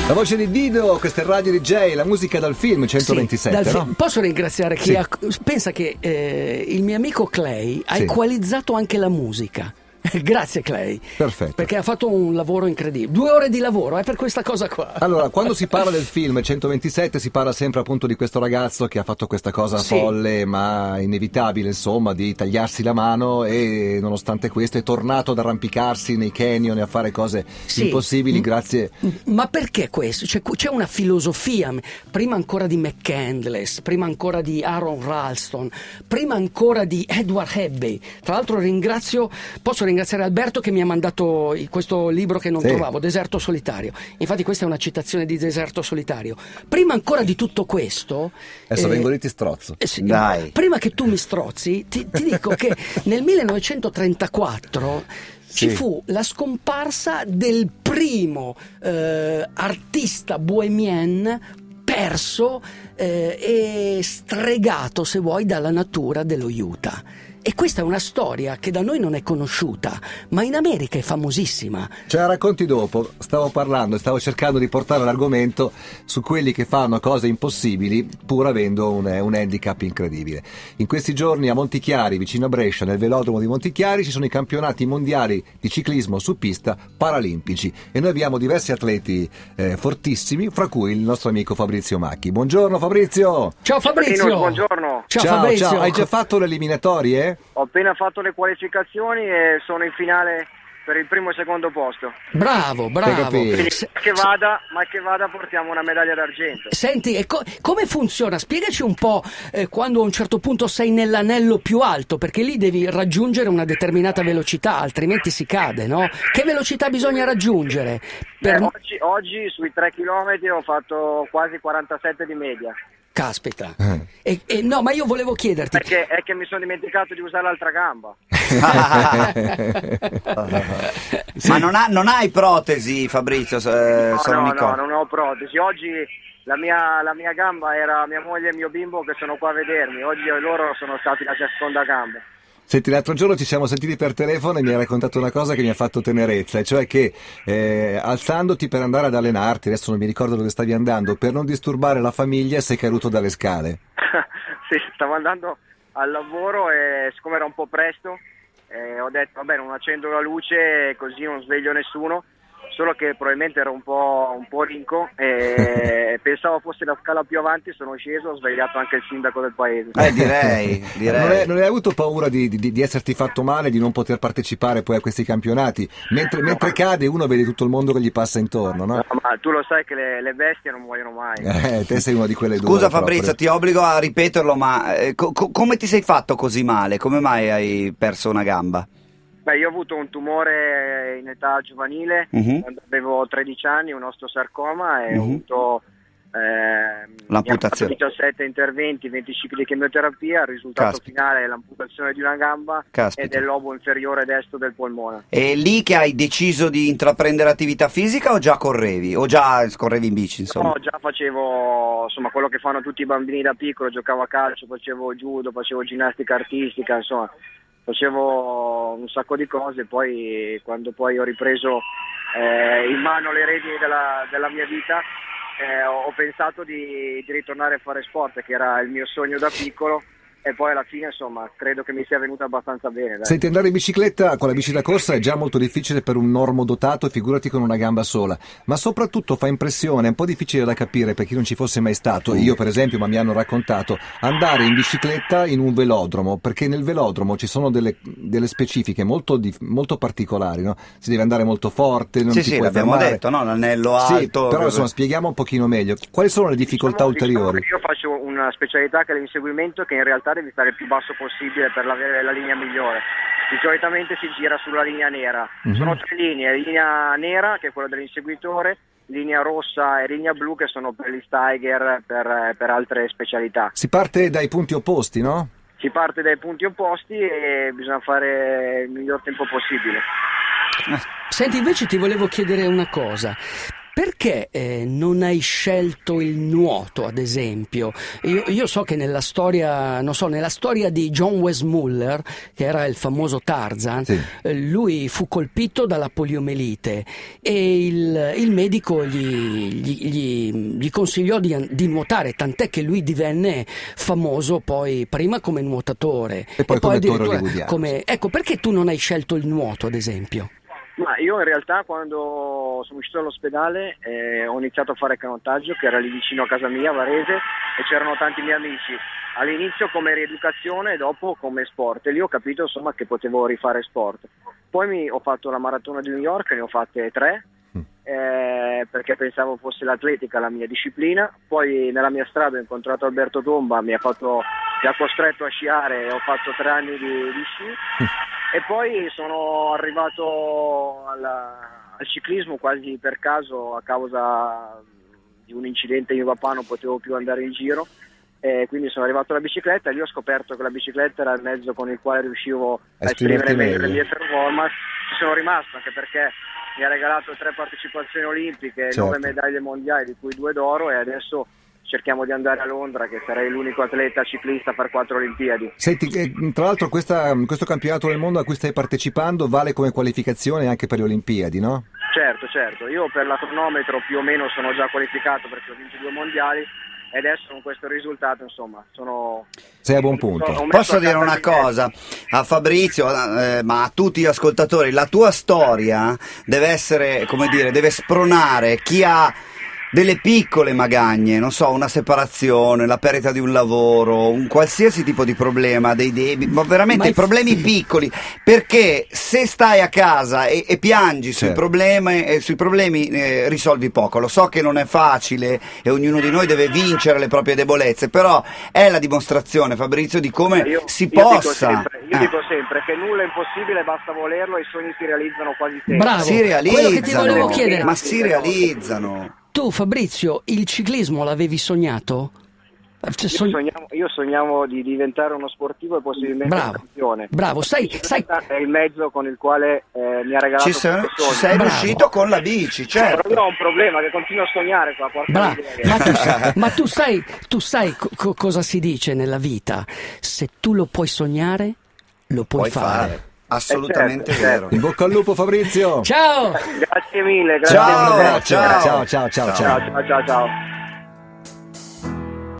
La voce di Dido, questa è Radio DJ, la musica dal film 127, sì, no? Posso ringraziare chi pensa che il mio amico Clay ha equalizzato anche la musica. Grazie Clay. Perfetto. Perché ha fatto un lavoro incredibile. 2 ore di lavoro per questa cosa qua. Allora, quando si parla del film 127 si parla sempre appunto di questo ragazzo che ha fatto questa cosa folle ma inevitabile, insomma, di tagliarsi la mano, e nonostante questo è tornato ad arrampicarsi nei canyon e a fare cose impossibili grazie... Ma perché questo? C'è una filosofia, prima ancora di McCandless, prima ancora di Aaron Ralston, prima ancora di Edward Abbey. Tra l'altro posso ringraziare Alberto che mi ha mandato questo libro che non trovavo, Deserto solitario. Infatti questa è una citazione di Deserto solitario. Prima ancora di tutto questo, adesso vengo lì, ti strozzo. Dai. Prima che tu mi strozzi, ti dico che nel 1934 ci fu la scomparsa del primo artista bohemien perso e stregato, se vuoi, dalla natura dello Utah. E questa è una storia che da noi non è conosciuta, ma in America è famosissima. Ce la racconti dopo. Stavo cercando di portare l'argomento su quelli che fanno cose impossibili pur avendo un handicap incredibile. In questi giorni a Montichiari, vicino a Brescia, nel velodromo di Montichiari, ci sono i campionati mondiali di ciclismo su pista paralimpici e noi abbiamo diversi atleti fortissimi, fra cui il nostro amico Fabrizio Macchi. Buongiorno Fabrizio! Ciao Fabrizio! Buongiorno! Ciao Fabrizio! Ciao. Hai già fatto le eliminatorie? Ho appena fatto le qualificazioni e sono in finale per il primo e secondo posto. Bravo. Quindi che vada portiamo una medaglia d'argento. Senti, come funziona? Spiegaci un po' quando a un certo punto sei nell'anello più alto, perché lì devi raggiungere una determinata velocità, altrimenti si cade, no? Che velocità bisogna raggiungere? Oggi sui 3 chilometri ho fatto quasi 47 di media. Caspita. No, ma io volevo chiederti... Perché è che mi sono dimenticato di usare l'altra gamba. Ma non hai protesi, Fabrizio? No, non ho protesi. Oggi la mia gamba era mia moglie e mio bimbo che sono qua a vedermi. Oggi loro sono stati la seconda gamba. Senti, l'altro giorno ci siamo sentiti per telefono e mi hai raccontato una cosa che mi ha fatto tenerezza, e cioè che alzandoti per andare ad allenarti, adesso non mi ricordo dove stavi andando, per non disturbare la famiglia sei caduto dalle scale. Sì, stavo andando al lavoro e siccome era un po' presto ho detto vabbè, non accendo la luce così non sveglio nessuno, solo che probabilmente ero un po' rinco e pensavo fosse la scala più avanti, sono sceso, ho svegliato anche il sindaco del paese. Direi. Non hai avuto paura di esserti fatto male, di non poter partecipare poi a questi campionati? Mentre cade uno vede tutto il mondo che gli passa intorno, no? No, ma tu lo sai che le bestie non muoiono mai. Te sei una di quelle due. Scusa Fabrizio, ti obbligo a ripeterlo, ma come ti sei fatto così male? Come mai hai perso una gamba? Beh, io ho avuto un tumore in età giovanile, quando avevo 13 anni, un osteosarcoma, e ho avuto l'amputazione. 17 interventi, 20 cicli di chemioterapia, il risultato finale è l'amputazione di una gamba e del lobo inferiore destro del polmone. E lì che hai deciso di intraprendere attività fisica o già correvi? O già scorrevi in bici, insomma? No, già facevo quello che fanno tutti i bambini da piccolo, giocavo a calcio, facevo judo, facevo ginnastica artistica, insomma facevo un sacco di cose. Poi quando poi ho ripreso in mano le redini della mia vita ho pensato di ritornare a fare sport, che era il mio sogno da piccolo, e poi alla fine insomma credo che mi sia venuta abbastanza bene, dai. Senti, andare in bicicletta con la bici da corsa è già molto difficile per un normodotato, figurati con una gamba sola, ma soprattutto fa impressione, è un po' difficile da capire per chi non ci fosse mai stato, io per esempio, ma mi hanno raccontato, andare in bicicletta in un velodromo, perché nel velodromo ci sono delle specifiche molto particolari, no? Si deve andare molto forte, non ti puoi l'abbiamo fermare. detto, no? L'anello alto. Però insomma spieghiamo un pochino meglio quali sono le difficoltà ulteriori. Io faccio una specialità che è l'inseguimento, che in realtà devi stare il più basso possibile per avere la linea migliore. Solitamente si gira sulla linea nera. Sono 3 linee: linea nera, che è quella dell'inseguitore, linea rossa e linea blu, che sono per gli Steiger, per altre specialità. Si parte dai punti opposti, no? Si parte dai punti opposti e bisogna fare il miglior tempo possibile. Senti, invece ti volevo chiedere una cosa. perché non hai scelto il nuoto, ad esempio? Io so che nella storia, non so, nella storia di John Weissmuller, che era il famoso Tarzan, Sì. lui fu colpito dalla poliomelite e il medico gli consigliò di nuotare, tant'è che lui divenne famoso poi prima come nuotatore E poi come attore addirittura hollywoodiano. Ecco, perché tu non hai scelto il nuoto, ad esempio? Ma io in realtà quando sono uscito dall'ospedale ho iniziato a fare canottaggio, che era lì vicino a casa mia, a Varese, e c'erano tanti miei amici. All'inizio come rieducazione e dopo come sport, e lì ho capito insomma che potevo rifare sport. Poi ho fatto la maratona di New York, ne ho fatte 3, perché pensavo fosse l'atletica la mia disciplina. Poi nella mia strada ho incontrato Alberto Tomba, mi ha costretto a sciare e ho fatto 3 anni di sci. E poi sono arrivato al ciclismo quasi per caso, a causa di un incidente. Mio papà non potevo più andare in giro, e quindi sono arrivato alla bicicletta, e lì ho scoperto che la bicicletta era il mezzo con il quale riuscivo a esprimere meglio le mie performance. Ci sono rimasto anche perché mi ha regalato 3 partecipazioni olimpiche, Certo. 9 medaglie mondiali, di cui 2 d'oro, e adesso cerchiamo di andare a Londra, che sarei l'unico atleta ciclista a fare 4 Olimpiadi. Senti, tra l'altro questo campionato del mondo a cui stai partecipando vale come qualificazione anche per le Olimpiadi, no? Certo, io per la cronometro più o meno sono già qualificato perché ho vinto 2 mondiali, e adesso con questo risultato insomma Sei a buon punto. ho messo Posso a dire casa una di cosa a Fabrizio, ma a tutti gli ascoltatori: la tua storia deve essere, come dire, deve spronare chi ha delle piccole magagne, non so, una separazione, la perdita di un lavoro, un qualsiasi tipo di problema, dei debiti, ma veramente problemi piccoli, perché se stai a casa e piangi sui Certo. problemi risolvi poco. Lo so che non è facile e ognuno di noi deve vincere le proprie debolezze, però è la dimostrazione, Fabrizio, di come si possa. Dico sempre che nulla è impossibile, basta volerlo, e i sogni si realizzano quasi sempre. Bravo. Si Quello che ti volevo realizzano, chiedere. ma si realizzano. Tu, Fabrizio, il ciclismo l'avevi sognato? Io sognavo di diventare uno sportivo e possibilmente un campione. Bravo, sai, è il mezzo con il quale mi ha regalato Ci sei sogno. riuscito con la bici, certo. Però io ho un problema, che continuo a sognare qua, porca bravo. miseria. Ma tu sai cosa si dice nella vita? Se tu lo puoi sognare, lo puoi fare. Assolutamente certo. vero. In bocca al lupo, Fabrizio. Ciao! Grazie mille, grazie Ciao, mille. ciao. Ciao. Ciao.